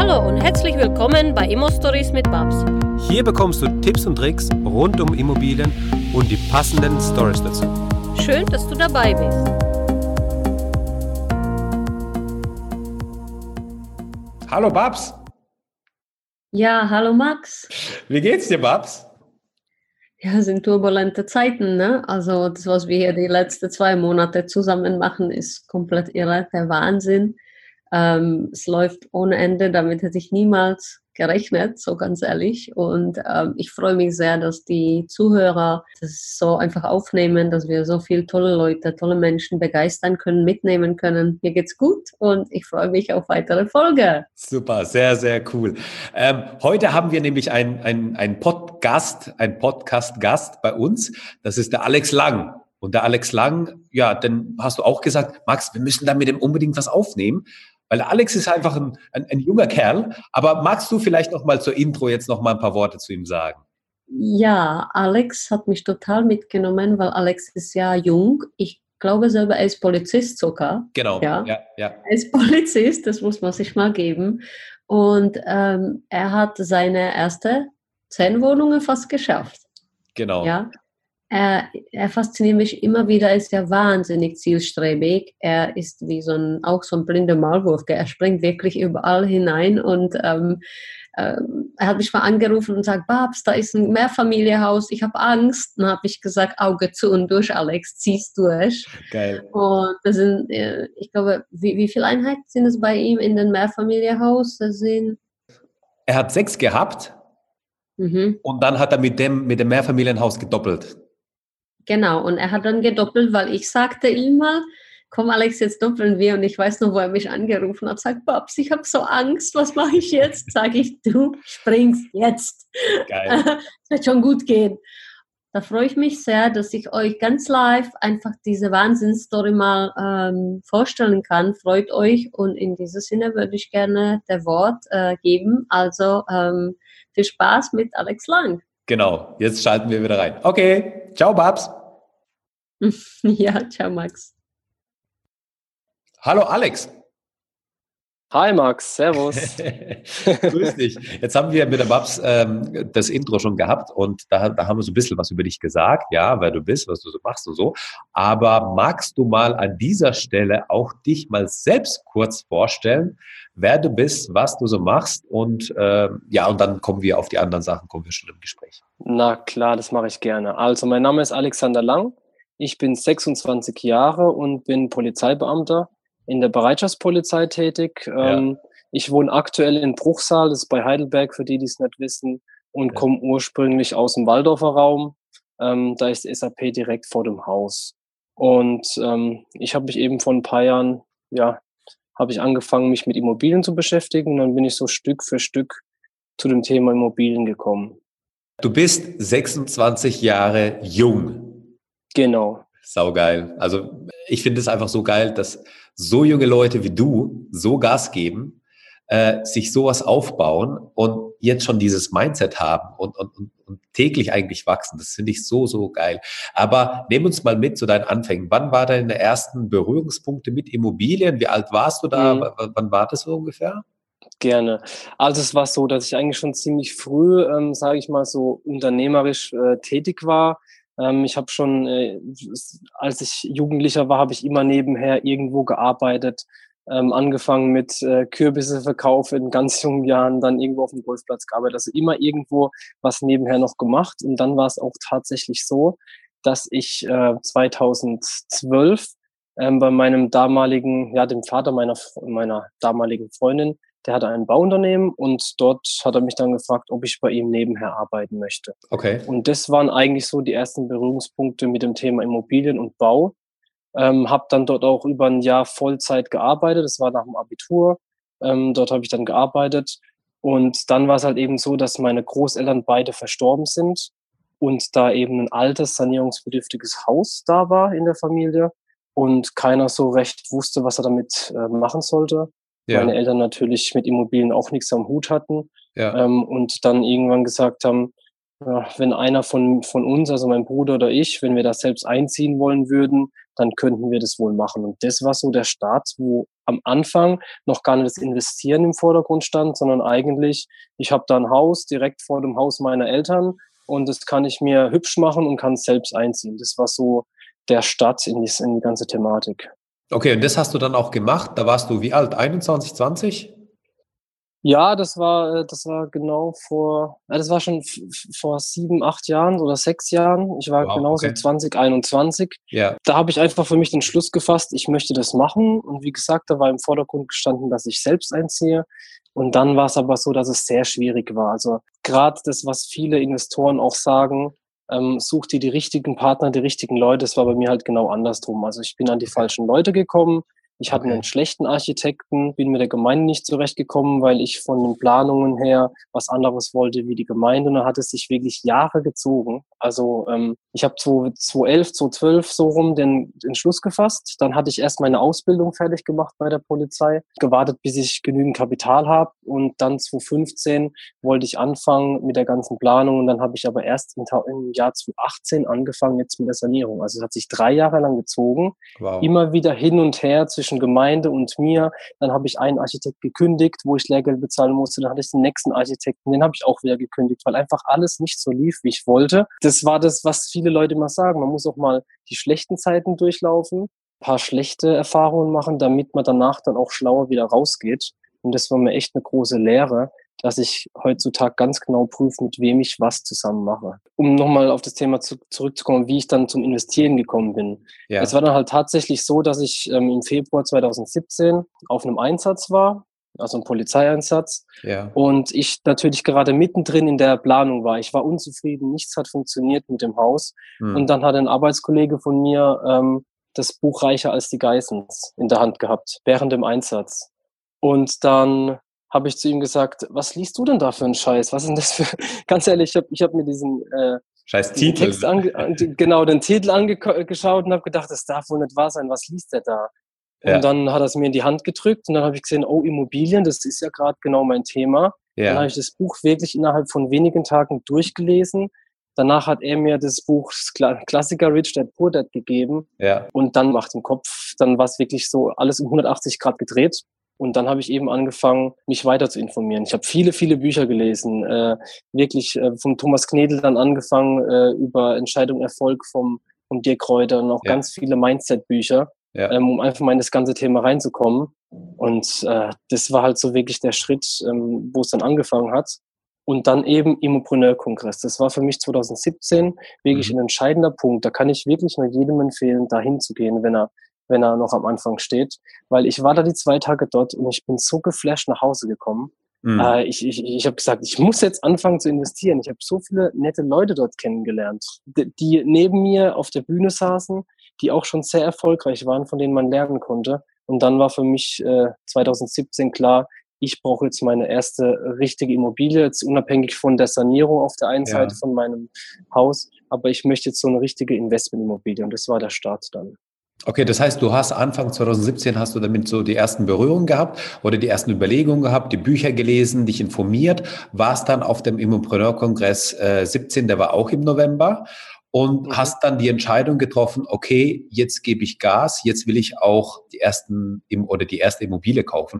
Hallo und herzlich willkommen bei Immo Stories mit Babs. Hier bekommst du Tipps und Tricks rund um Immobilien und die passenden Stories dazu. Schön, dass du dabei bist. Hallo Babs. Ja, hallo Max. Wie geht's dir, Babs? Ja, sind turbulente Zeiten, ne? Also das, was wir hier die letzten 2 Monate zusammen machen, ist komplett irre, der Wahnsinn. Es läuft ohne Ende, damit hätte ich niemals gerechnet, so ganz ehrlich. Und ich freue mich sehr, dass die Zuhörer das so einfach aufnehmen, dass wir so viele tolle Leute, tolle Menschen begeistern können, mitnehmen können. Mir geht's gut und ich freue mich auf weitere Folge. Super, sehr, sehr cool. Heute haben wir nämlich einen Podcast-Gast bei uns. Das ist der Alex Lang. Und der Alex Lang, ja, dann hast du auch gesagt, Max, wir müssen da mit dem unbedingt was aufnehmen. Weil Alex ist einfach ein junger Kerl. Aber magst du vielleicht noch mal zur Intro jetzt noch mal ein paar Worte zu ihm sagen? Ja, Alex hat mich total mitgenommen, weil Alex ist ja jung. Ich glaube selber, er ist Polizist sogar. Genau, Ja. ja. Er ist Polizist, das muss man sich mal geben. Und er hat seine erste 10 Wohnungen fast geschafft. Genau. Ja. Er fasziniert mich immer wieder, er ist ja wahnsinnig zielstrebig. Er ist wie auch so ein blinder Maulwurf, er springt wirklich überall hinein und er hat mich mal angerufen und sagt, Babs, da ist ein Mehrfamilienhaus, ich habe Angst. Dann habe ich gesagt, Auge zu und durch, Alex, zieh's durch. Geil. Und das sind, ich glaube, wie viele Einheiten sind es bei ihm in dem Mehrfamilienhaus? Er hat 6 gehabt und dann hat er mit dem Mehrfamilienhaus gedoppelt. Genau, und er hat dann gedoppelt, weil ich sagte ihm mal, komm Alex, jetzt doppeln wir. Und ich weiß noch, wo er mich angerufen hat, sagt, Babs, ich habe so Angst, was mache ich jetzt? Sag ich, du springst jetzt. Geil. Es wird schon gut gehen. Da freue ich mich sehr, dass ich euch ganz live einfach diese Wahnsinnsstory mal vorstellen kann. Freut euch und in diesem Sinne würde ich gerne der Wort geben. Also viel Spaß mit Alex Lang. Genau, jetzt schalten wir wieder rein. Okay, ciao Babs. Ja, ciao Max. Hallo Alex. Hi Max, servus. Grüß dich. Jetzt haben wir mit der Babs das Intro schon gehabt und da haben wir so ein bisschen was über dich gesagt, ja, wer du bist, was du so machst und so. Aber magst du mal an dieser Stelle auch dich mal selbst kurz vorstellen, wer du bist, was du so machst und ja, und dann kommen wir auf die anderen Sachen, kommen wir schon im Gespräch. Na klar, das mache ich gerne. Also mein Name ist Alexander Lang, ich bin 26 Jahre und bin Polizeibeamter in der Bereitschaftspolizei tätig. Ja. Ich wohne aktuell in Bruchsal, das ist bei Heidelberg, für die es nicht wissen, und komme ursprünglich aus dem Waldorfer Raum. Da ist SAP direkt vor dem Haus. Und ich habe mich eben vor ein paar Jahren, ja, habe ich angefangen, mich mit Immobilien zu beschäftigen. Und dann bin ich so Stück für Stück zu dem Thema Immobilien gekommen. Du bist 26 Jahre jung. Genau. Saugeil. Also ich finde es einfach so geil, dass so junge Leute wie du so Gas geben, sich sowas aufbauen und jetzt schon dieses Mindset haben und täglich eigentlich wachsen. Das finde ich so, so geil. Aber nimm uns mal mit zu deinen Anfängen. Wann war deine ersten Berührungspunkte mit Immobilien? Wie alt warst du da? Wann war das so ungefähr? Gerne. Also es war so, dass ich eigentlich schon ziemlich früh, sage ich mal so, unternehmerisch tätig war. Ich habe schon, als ich Jugendlicher war, habe ich immer nebenher irgendwo gearbeitet. Angefangen mit Kürbisseverkauf in ganz jungen Jahren, dann irgendwo auf dem Golfplatz gearbeitet. Also immer irgendwo was nebenher noch gemacht. Und dann war es auch tatsächlich so, dass ich 2012 bei meinem damaligen, ja, dem Vater meiner damaligen Freundin, der hatte ein Bauunternehmen und dort hat er mich dann gefragt, ob ich bei ihm nebenher arbeiten möchte. Okay. Und das waren eigentlich so die ersten Berührungspunkte mit dem Thema Immobilien und Bau. Habe dann dort auch über ein Jahr Vollzeit gearbeitet. Das war nach dem Abitur. Dort habe ich dann gearbeitet. Und dann war es halt eben so, dass meine Großeltern beide verstorben sind und da eben ein altes, sanierungsbedürftiges Haus da war in der Familie und keiner so recht wusste, was er damit machen sollte. Ja. Meine Eltern natürlich mit Immobilien auch nichts am Hut hatten. Ja. Und dann irgendwann gesagt haben, ja, wenn einer von uns, also mein Bruder oder ich, wenn wir da selbst einziehen wollen würden, dann könnten wir das wohl machen. Und das war so der Start, wo am Anfang noch gar nicht das Investieren im Vordergrund stand, sondern eigentlich, ich habe da ein Haus direkt vor dem Haus meiner Eltern und das kann ich mir hübsch machen und kann selbst einziehen. Das war so der Start in die ganze Thematik. Okay, und das hast du dann auch gemacht. Da warst du wie alt? 21, 20? Ja, das war genau das war schon vor 7, 8 Jahren oder 6 Jahren. Ich war Wow, genauso okay. 2021. Ja. Da habe ich einfach für mich den Schluss gefasst, ich möchte das machen. Und wie gesagt, da war im Vordergrund gestanden, dass ich selbst einziehe. Und dann war es aber so, dass es sehr schwierig war. Also gerade das, was viele Investoren auch sagen, such dir die richtigen Partner, die richtigen Leute. Das war bei mir halt genau andersrum. Also ich bin an die falschen Leute gekommen. Ich hatte einen schlechten Architekten, bin mit der Gemeinde nicht zurechtgekommen, weil ich von den Planungen her was anderes wollte wie die Gemeinde. Und da hat es sich wirklich Jahre gezogen. Also ich habe 2011, 2012 so rum den Entschluss gefasst. Dann hatte ich erst meine Ausbildung fertig gemacht bei der Polizei, gewartet, bis ich genügend Kapital habe. Und dann 2015 wollte ich anfangen mit der ganzen Planung. Und dann habe ich aber erst im Jahr 2018 angefangen jetzt mit der Sanierung. Also es hat sich 3 Jahre lang gezogen. Wow. Immer wieder hin und her zwischen Gemeinde und mir. Dann habe ich einen Architekt gekündigt, wo ich Lehrgeld bezahlen musste. Dann hatte ich den nächsten Architekten, den habe ich auch wieder gekündigt, weil einfach alles nicht so lief, wie ich wollte. Das war das, was viele Leute immer sagen. Man muss auch mal die schlechten Zeiten durchlaufen, ein paar schlechte Erfahrungen machen, damit man danach dann auch schlauer wieder rausgeht. Und das war mir echt eine große Lehre, dass ich heutzutage ganz genau prüfe, mit wem ich was zusammen mache. Um nochmal auf das Thema zurückzukommen, wie ich dann zum Investieren gekommen bin. Ja. Es war dann halt tatsächlich so, dass ich im Februar 2017 auf einem Einsatz war, also einem Polizeieinsatz. Ja. Und ich natürlich gerade mittendrin in der Planung war. Ich war unzufrieden, nichts hat funktioniert mit dem Haus. Und dann hat ein Arbeitskollege von mir das Buch Reicher als die Geissens in der Hand gehabt, während dem Einsatz. Und dann habe ich zu ihm gesagt, was liest du denn da für einen Scheiß? Was ist denn das für... Ganz ehrlich, ich hab mir diesen Scheiß diesen Titel. Text genau, den Titel angeschaut und habe gedacht, das darf wohl nicht wahr sein. Was liest der da? Und dann hat er es mir in die Hand gedrückt und dann habe ich gesehen, oh, Immobilien, das ist ja gerade genau mein Thema. Ja. Dann habe ich das Buch wirklich innerhalb von wenigen Tagen durchgelesen. Danach hat er mir das Buch Klassiker Rich Dad Poor Dad gegeben. Ja. Und dann macht im Kopf, dann war es wirklich so alles um 180 Grad gedreht. Und dann habe ich eben angefangen, mich weiter zu informieren. Ich habe viele, viele Bücher gelesen, wirklich vom Thomas Knedel dann angefangen, über Entscheidung Erfolg vom Dirk Kräuter und auch ganz viele Mindset-Bücher, um einfach mal in das ganze Thema reinzukommen. Und das war halt so wirklich der Schritt, wo es dann angefangen hat. Und dann eben Immopreneur-Kongress. Das war für mich 2017 wirklich ein entscheidender Punkt. Da kann ich wirklich nur jedem empfehlen, da hinzugehen, wenn er noch am Anfang steht. Weil ich war da die 2 Tage dort und ich bin so geflasht nach Hause gekommen. Ich habe gesagt, ich muss jetzt anfangen zu investieren. Ich habe so viele nette Leute dort kennengelernt, die neben mir auf der Bühne saßen, die auch schon sehr erfolgreich waren, von denen man lernen konnte. Und dann war für mich 2017 klar, ich brauche jetzt meine erste richtige Immobilie, jetzt unabhängig von der Sanierung auf der einen Seite von meinem Haus, aber ich möchte jetzt so eine richtige Investmentimmobilie und das war der Start dann. Okay, das heißt, du hast Anfang 2017 hast du damit so die ersten Berührungen gehabt oder die ersten Überlegungen gehabt, die Bücher gelesen, dich informiert, warst dann auf dem Immopreneur-Kongress 17, der war auch im November und hast dann die Entscheidung getroffen, okay, jetzt gebe ich Gas, jetzt will ich auch die erste Immobilie kaufen.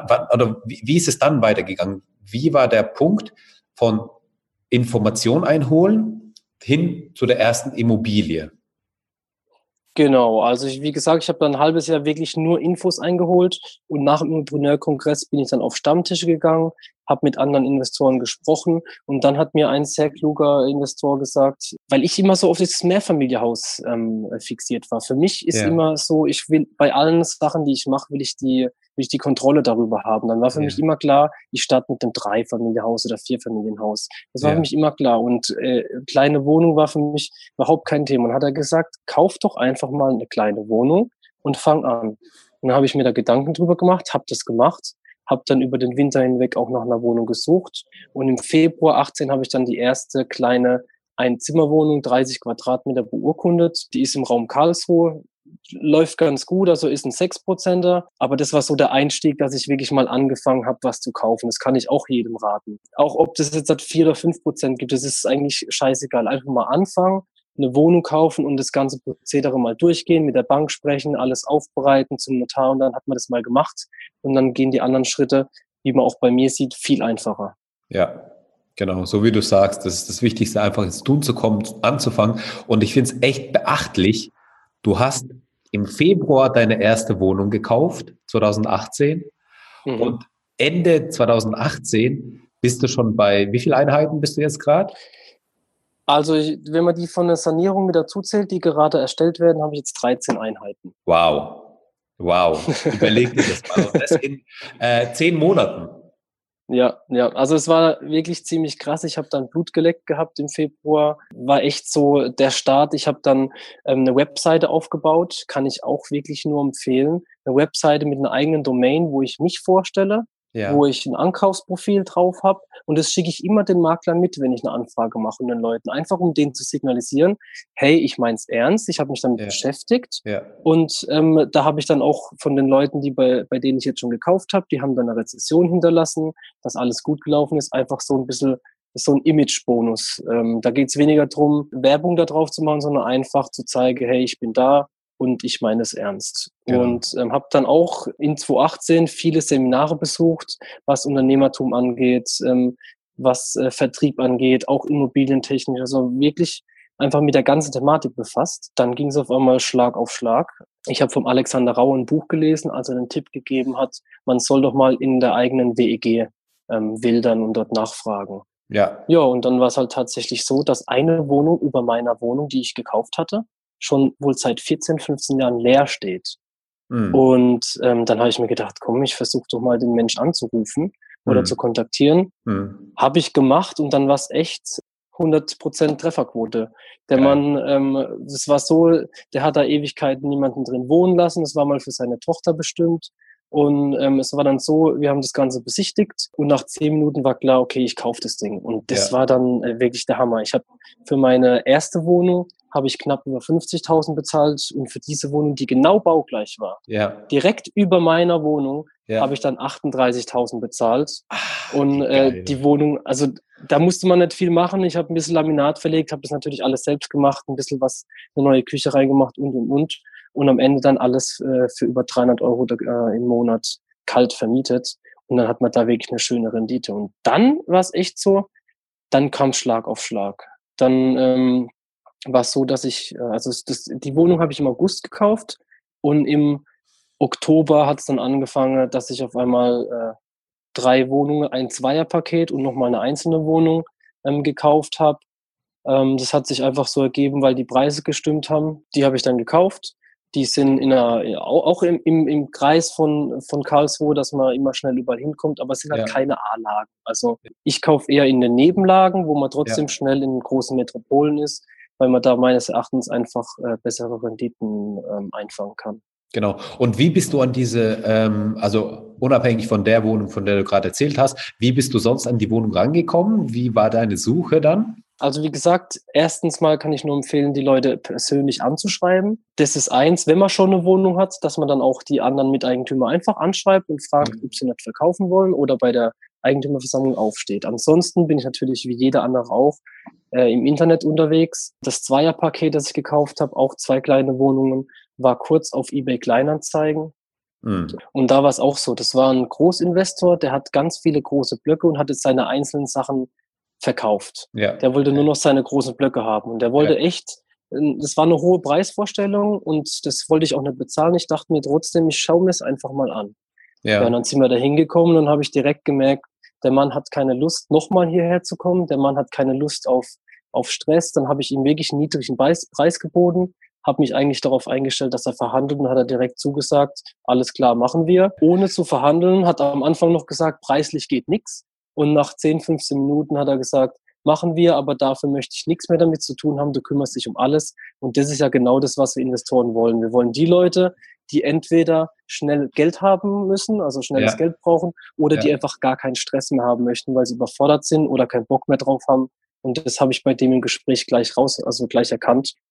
Wie ist es dann weitergegangen? Wie war der Punkt von Information einholen hin zu der ersten Immobilie? Genau, also wie gesagt, ich habe dann ein halbes Jahr wirklich nur Infos eingeholt und nach dem Immopreneur-Kongress bin ich dann auf Stammtische gegangen, habe mit anderen Investoren gesprochen und dann hat mir ein sehr kluger Investor gesagt, weil ich immer so auf dieses Mehrfamilienhaus fixiert war. Für mich ist immer so, ich will bei allen Sachen, die ich mache, will ich die Kontrolle darüber haben. Dann war für mich immer klar, ich starte mit einem 3-Familienhaus oder 4-Familienhaus. Das war für mich immer klar. Und kleine Wohnung war für mich überhaupt kein Thema. Und hat er gesagt, kauf doch einfach mal eine kleine Wohnung und fang an. Und dann habe ich mir da Gedanken drüber gemacht, habe das gemacht, habe dann über den Winter hinweg auch nach einer Wohnung gesucht. Und im Februar 18 habe ich dann die erste kleine Einzimmerwohnung, 30 Quadratmeter beurkundet. Die ist im Raum Karlsruhe. läuft ganz gut, also ist ein 6%er, aber das war so der Einstieg, dass ich wirklich mal angefangen habe, was zu kaufen. Das kann ich auch jedem raten. Auch ob das jetzt 4 oder 5% gibt, das ist eigentlich scheißegal. Einfach mal anfangen, eine Wohnung kaufen und das ganze Prozedere mal durchgehen, mit der Bank sprechen, alles aufbereiten zum Notar und dann hat man das mal gemacht und dann gehen die anderen Schritte, wie man auch bei mir sieht, viel einfacher. Ja, genau, so wie du sagst, das ist das Wichtigste, einfach ins Tun zu kommen, anzufangen. Und ich finde es echt beachtlich, du hast im Februar deine erste Wohnung gekauft, 2018, und Ende 2018 bist du schon bei, wie viele Einheiten bist du jetzt gerade? Also wenn man die von der Sanierung mit dazu zählt, die gerade erstellt werden, habe ich jetzt 13 Einheiten. Wow, überleg dir das mal. Und das in 10 Monaten. Ja, also es war wirklich ziemlich krass. Ich habe dann Blut geleckt gehabt im Februar. War echt so der Start. Ich habe dann eine Webseite aufgebaut, kann ich auch wirklich nur empfehlen. Eine Webseite mit einer eigenen Domain, wo ich mich vorstelle, wo ich ein Ankaufsprofil drauf habe. Und das schicke ich immer den Maklern mit, wenn ich eine Anfrage mache und den Leuten. Einfach um denen zu signalisieren, hey, ich mein's ernst, ich habe mich damit beschäftigt. Ja. Und da habe ich dann auch von den Leuten, die bei denen ich jetzt schon gekauft habe, die haben dann eine Rezension hinterlassen, dass alles gut gelaufen ist. Einfach so ein bisschen so ein Image-Bonus. Da geht's weniger drum, Werbung da drauf zu machen, sondern einfach zu zeigen, hey, ich bin da. Und ich meine es ernst. Genau. Und habe dann auch in 2018 viele Seminare besucht, was Unternehmertum angeht, was Vertrieb angeht, auch immobilientechnisch. Also wirklich einfach mit der ganzen Thematik befasst. Dann ging es auf einmal Schlag auf Schlag. Ich habe vom Alexander Rau ein Buch gelesen, als er einen Tipp gegeben hat, man soll doch mal in der eigenen WEG wildern und dort nachfragen. Ja, und dann war es halt tatsächlich so, dass eine Wohnung über meiner Wohnung, die ich gekauft hatte, schon wohl seit 14, 15 Jahren leer steht. Und dann habe ich mir gedacht, komm, ich versuche doch mal den Mensch anzurufen oder zu kontaktieren. Habe ich gemacht und dann war es echt 100% Trefferquote. Der Mann, das war so, der hat da Ewigkeiten niemanden drin wohnen lassen. Das war mal für seine Tochter bestimmt. Und es war dann so, wir haben das Ganze besichtigt und nach 10 Minuten war klar, okay, ich kaufe das Ding. Und das war dann wirklich der Hammer. Ich habe für meine erste Wohnung habe ich knapp über 50.000 bezahlt und für diese Wohnung, die genau baugleich war, direkt über meiner Wohnung, habe ich dann 38.000 bezahlt. Und die Wohnung, also da musste man nicht viel machen. Ich habe ein bisschen Laminat verlegt, habe das natürlich alles selbst gemacht, ein bisschen was, eine neue Küche reingemacht und. Und am Ende dann alles für über 300 Euro im Monat kalt vermietet. Und dann hat man da wirklich eine schöne Rendite. Und dann war es echt so, dann kam Schlag auf Schlag. Dann war es so, dass ich, die Wohnung habe ich im August gekauft und im Oktober hat es dann angefangen, dass ich auf einmal 3 Wohnungen, ein Zweierpaket und nochmal eine einzelne Wohnung gekauft habe. Das hat sich einfach so ergeben, weil die Preise gestimmt haben. Die habe ich dann gekauft. Die sind auch im Kreis von Karlsruhe, dass man immer schnell überall hinkommt, aber es sind halt keine A-Lagen. Also ich kaufe eher in den Nebenlagen, wo man trotzdem schnell in großen Metropolen ist, weil man da meines Erachtens einfach bessere Renditen einfangen kann. Genau. Und wie bist du an diese, also unabhängig von der Wohnung, von der du gerade erzählt hast, wie bist du sonst an die Wohnung rangekommen? Wie war deine Suche dann? Also wie gesagt, erstens mal kann ich nur empfehlen, die Leute persönlich anzuschreiben. Das ist eins, wenn man schon eine Wohnung hat, dass man dann auch die anderen Miteigentümer einfach anschreibt und fragt, ob sie nicht verkaufen wollen oder bei der Eigentümerversammlung aufsteht. Ansonsten bin ich natürlich wie jeder andere auch im Internet unterwegs. Das Zweierpaket, das ich gekauft habe, auch 2 kleine Wohnungen, war kurz auf eBay Kleinanzeigen. Und da war es auch so, das war ein Großinvestor, der hat ganz viele große Blöcke und hat jetzt seine einzelnen Sachen verkauft. Der wollte nur noch seine großen Blöcke haben und der wollte echt, das war eine hohe Preisvorstellung und das wollte ich auch nicht bezahlen. Ich dachte mir trotzdem, ich schaue mir es einfach mal an. Und dann sind wir da hingekommen und dann habe ich direkt gemerkt, der Mann hat keine Lust, nochmal hierher zu kommen. Der Mann hat keine Lust auf Stress. Dann habe ich ihm wirklich einen niedrigen Preis geboten, habe mich eigentlich darauf eingestellt, dass er verhandelt und hat er direkt zugesagt, alles klar, machen wir. Ohne zu verhandeln, hat er am Anfang noch gesagt, preislich geht nichts. Und nach 10, 15 Minuten hat er gesagt, machen wir, aber dafür möchte ich nichts mehr damit zu tun haben, du kümmerst dich um alles. Und das ist ja genau das, was wir Investoren wollen. Wir wollen die Leute, die entweder schnell Geld haben müssen, also schnelles Geld brauchen, oder die einfach gar keinen Stress mehr haben möchten, weil sie überfordert sind oder keinen Bock mehr drauf haben. Und das habe ich bei dem im Gespräch gleich erkannt.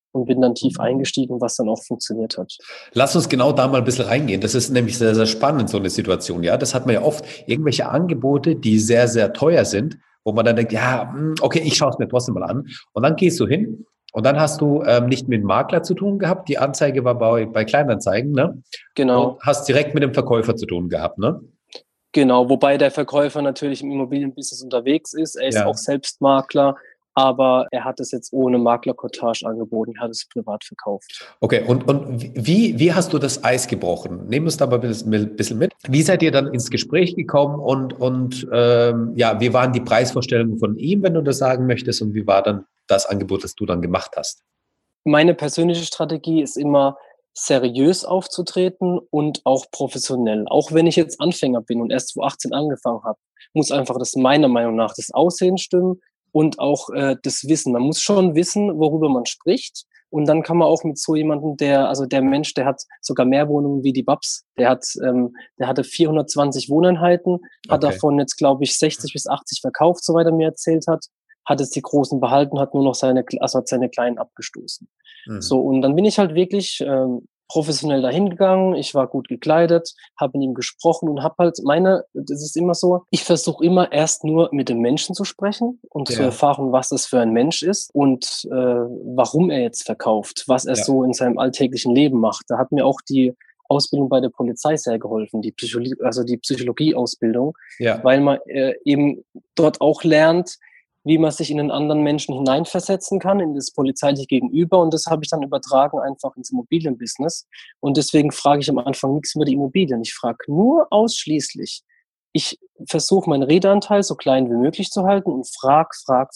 und bin dann tief eingestiegen, was dann auch funktioniert hat. Lass uns genau da mal ein bisschen reingehen. Das ist nämlich sehr, sehr spannend, so eine Situation. Ja, das hat man ja oft, irgendwelche Angebote, die sehr, sehr teuer sind, wo man dann denkt, ja, okay, ich schaue es mir trotzdem mal an. Und dann gehst du hin und dann hast du nicht mit dem Makler zu tun gehabt. Die Anzeige war bei Kleinanzeigen, ne? Genau. Und hast direkt mit dem Verkäufer zu tun gehabt, ne? Genau, wobei der Verkäufer natürlich im Immobilienbusiness unterwegs ist. Er ist auch selbst Makler, aber er hat es jetzt ohne Maklercottage angeboten, er hat es privat verkauft. Okay, und wie hast du das Eis gebrochen? Nehmen wir es da mal ein bisschen mit. Wie seid ihr dann ins Gespräch gekommen und wie waren die Preisvorstellungen von ihm, wenn du das sagen möchtest, und wie war dann das Angebot, das du dann gemacht hast? Meine persönliche Strategie ist immer, seriös aufzutreten und auch professionell. Auch wenn ich jetzt Anfänger bin und erst 2018 angefangen habe, muss einfach das meiner Meinung nach das Aussehen stimmen und auch das Wissen. Man muss schon wissen, worüber man spricht. Und dann kann man auch mit so jemandem, der Mensch, der hat sogar mehr Wohnungen wie die Babs. Der hatte 420 Wohneinheiten, hat davon jetzt, glaube ich, 60 bis 80 verkauft, soweit er mir erzählt hat. Hat jetzt die großen behalten, hat nur noch seine kleinen abgestoßen. So, und dann bin ich halt wirklich professionell dahin gegangen, ich war gut gekleidet, habe mit ihm gesprochen und habe halt das ist immer so, ich versuche immer erst nur mit dem Menschen zu sprechen und zu erfahren, was das für ein Mensch ist und warum er jetzt verkauft, was er so in seinem alltäglichen Leben macht. Da hat mir auch die Ausbildung bei der Polizei sehr geholfen, die Psychologie-Ausbildung, weil man eben dort auch lernt, wie man sich in einen anderen Menschen hineinversetzen kann, in das polizeiliche Gegenüber. Und das habe ich dann übertragen einfach ins Immobilienbusiness. Und deswegen frage ich am Anfang nichts über die Immobilien. Ich frage nur ausschließlich. Ich versuche, meinen Redeanteil so klein wie möglich zu halten und frag.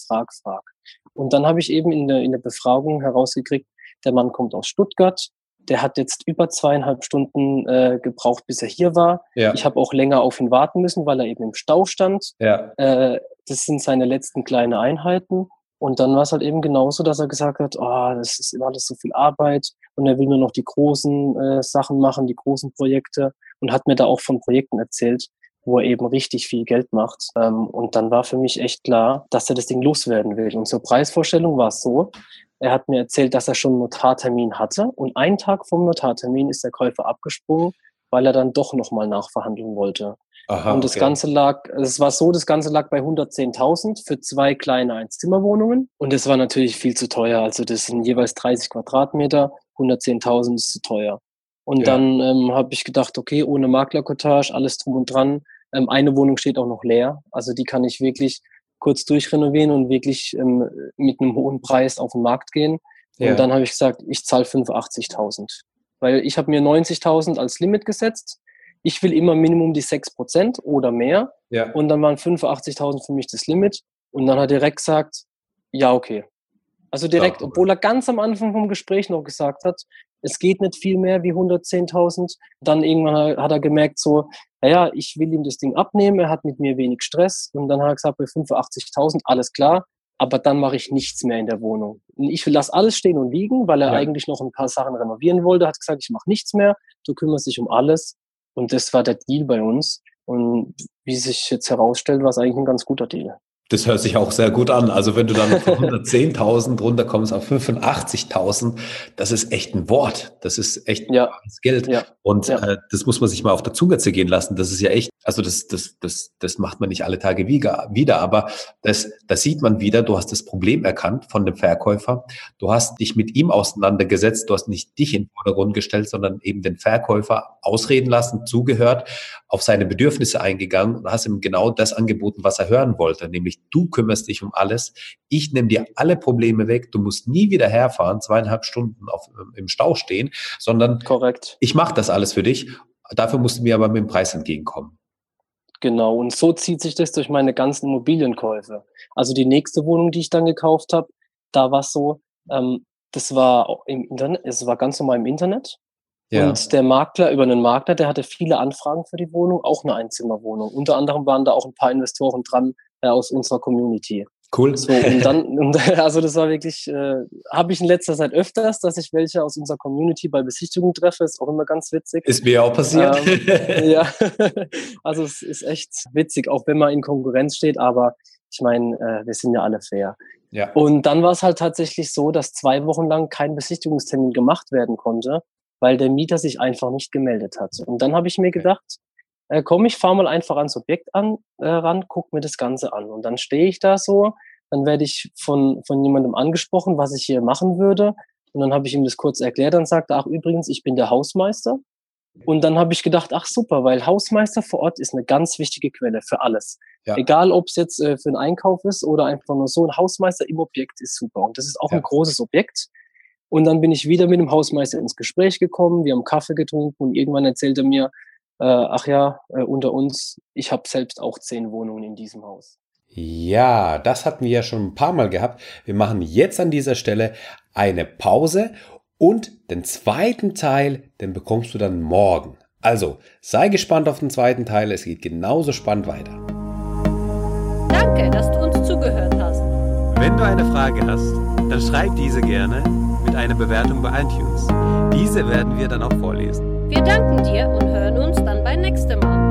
Und dann habe ich eben in der Befragung herausgekriegt, der Mann kommt aus Stuttgart. Der hat jetzt über 2,5 Stunden gebraucht, bis er hier war. Ja. Ich habe auch länger auf ihn warten müssen, weil er eben im Stau stand. Ja. Das sind seine letzten kleinen Einheiten. Und dann war es halt eben genauso, dass er gesagt hat, das ist alles so viel Arbeit und er will nur noch die großen Sachen machen, die großen Projekte, und hat mir da auch von Projekten erzählt, wo er eben richtig viel Geld macht. Und dann war für mich echt klar, dass er das Ding loswerden will. Und zur Preisvorstellung war es so, er hat mir erzählt, dass er schon einen Notartermin hatte und einen Tag vom Notartermin ist der Käufer abgesprungen, weil er dann doch nochmal nachverhandeln wollte. Aha, und das Ganze lag bei 110.000 für 2 kleine Einzimmerwohnungen. Und das war natürlich viel zu teuer. Also das sind jeweils 30 Quadratmeter, 110.000 ist zu teuer. Und dann habe ich gedacht, okay, ohne Maklercottage, alles drum und dran. Eine Wohnung steht auch noch leer. Also die kann ich wirklich kurz durchrenovieren und wirklich mit einem hohen Preis auf den Markt gehen. Und dann habe ich gesagt, ich zahle 85.000. Weil ich habe mir 90.000 als Limit gesetzt. Ich will immer Minimum die 6% oder mehr. Ja. Und dann waren 85.000 für mich das Limit. Und dann hat er direkt gesagt, ja, okay. Also direkt, obwohl er ganz am Anfang vom Gespräch noch gesagt hat, es geht nicht viel mehr wie 110.000. Dann irgendwann hat er gemerkt so, naja, ich will ihm das Ding abnehmen, er hat mit mir wenig Stress. Und dann hat er gesagt, bei 85.000, alles klar, aber dann mache ich nichts mehr in der Wohnung. Ich will das alles stehen und liegen, weil er eigentlich noch ein paar Sachen renovieren wollte, hat gesagt, ich mache nichts mehr, du kümmerst dich um alles. Und das war der Deal bei uns. Und wie sich jetzt herausstellt, war es eigentlich ein ganz guter Deal. Das hört sich auch sehr gut an. Also wenn du dann von 110.000 runterkommst auf 85.000, das ist echt ein Wort. Das ist echt Geld. Ja. Und das muss man sich mal auf der Zunge zergehen lassen. Das ist ja echt, also das macht man nicht alle Tage wieder. Aber das sieht man wieder. Du hast das Problem erkannt von dem Verkäufer. Du hast dich mit ihm auseinandergesetzt. Du hast nicht dich in den Vordergrund gestellt, sondern eben den Verkäufer ausreden lassen, zugehört, auf seine Bedürfnisse eingegangen und hast ihm genau das angeboten, was er hören wollte, nämlich du kümmerst dich um alles, ich nehme dir alle Probleme weg, du musst nie wieder herfahren, 2,5 Stunden im Stau stehen, sondern ich mache das alles für dich, dafür musst du mir aber mit dem Preis entgegenkommen. Genau, und so zieht sich das durch meine ganzen Immobilienkäufe. Also die nächste Wohnung, die ich dann gekauft habe, da war es so, das war im Internet, es war ganz normal im Internet. Ja. Und der Makler, über einen Makler, der hatte viele Anfragen für die Wohnung, auch eine Einzimmerwohnung. Unter anderem waren da auch ein paar Investoren dran aus unserer Community. Cool. So, also das war wirklich, habe ich in letzter Zeit öfters, dass ich welche aus unserer Community bei Besichtigungen treffe, ist auch immer ganz witzig. Ist mir auch passiert. Ja, also es ist echt witzig, auch wenn man in Konkurrenz steht, aber ich meine, wir sind ja alle fair. Ja. Und dann war es halt tatsächlich so, dass 2 Wochen lang kein Besichtigungstermin gemacht werden konnte, weil der Mieter sich einfach nicht gemeldet hat. Und dann habe ich mir gedacht, komm, ich fahre mal einfach ans Objekt ran, guck mir das Ganze an. Und dann stehe ich da so, dann werde ich von jemandem angesprochen, was ich hier machen würde. Und dann habe ich ihm das kurz erklärt und sagte, ach übrigens, ich bin der Hausmeister. Und dann habe ich gedacht, ach super, weil Hausmeister vor Ort ist eine ganz wichtige Quelle für alles. Ja. Egal, ob es jetzt für einen Einkauf ist oder einfach nur so, ein Hausmeister im Objekt ist super. Und das ist auch ein großes Objekt. Und dann bin ich wieder mit dem Hausmeister ins Gespräch gekommen, wir haben Kaffee getrunken und irgendwann erzählt er mir, unter uns, ich habe selbst auch 10 Wohnungen in diesem Haus. Ja, das hatten wir ja schon ein paar Mal gehabt. Wir machen jetzt an dieser Stelle eine Pause und den zweiten Teil, den bekommst du dann morgen. Also, sei gespannt auf den zweiten Teil, es geht genauso spannend weiter. Danke, dass du uns zugehört hast. Wenn du eine Frage hast, dann schreib diese gerne mit einer Bewertung bei iTunes. Diese werden wir dann auch vorlesen. Wir danken dir und hören uns dann beim nächsten Mal.